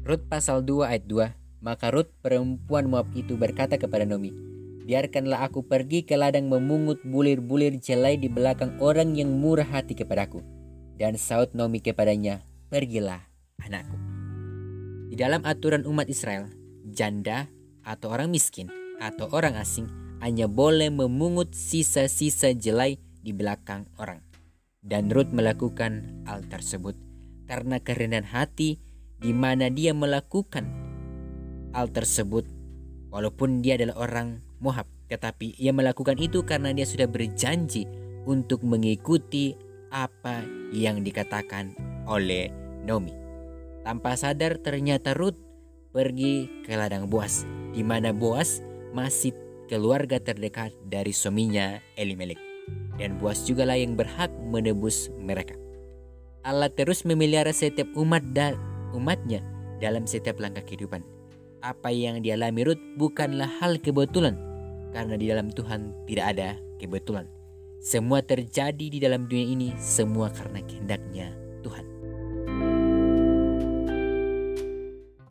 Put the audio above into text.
Rut pasal 2 ayat 2. Maka Rut perempuan Moab itu berkata kepada Naomi, biarkanlah aku pergi ke ladang memungut bulir-bulir jelai di belakang orang yang murah hati kepadaku. Dan saut Naomi kepadanya, pergilah anakku. Di dalam aturan umat Israel, janda atau orang miskin atau orang asing hanya boleh memungut sisa-sisa jelai di belakang orang. Dan Rut melakukan hal tersebut karena kerendahan hati di mana dia melakukan hal tersebut walaupun dia adalah orang Moab, tetapi ia melakukan itu karena dia sudah berjanji untuk mengikuti apa yang dikatakan oleh Naomi. Tanpa sadar ternyata Rut pergi ke ladang Boas, di mana Boas masih keluarga terdekat dari suaminya Elimelek, dan Boas jugalah yang berhak menebus mereka. Allah terus memelihara setiap umatnya dalam setiap langkah kehidupan. Apa yang dialami Rut bukanlah hal kebetulan, karena di dalam Tuhan tidak ada kebetulan. Semua terjadi di dalam dunia ini semua karena kehendaknya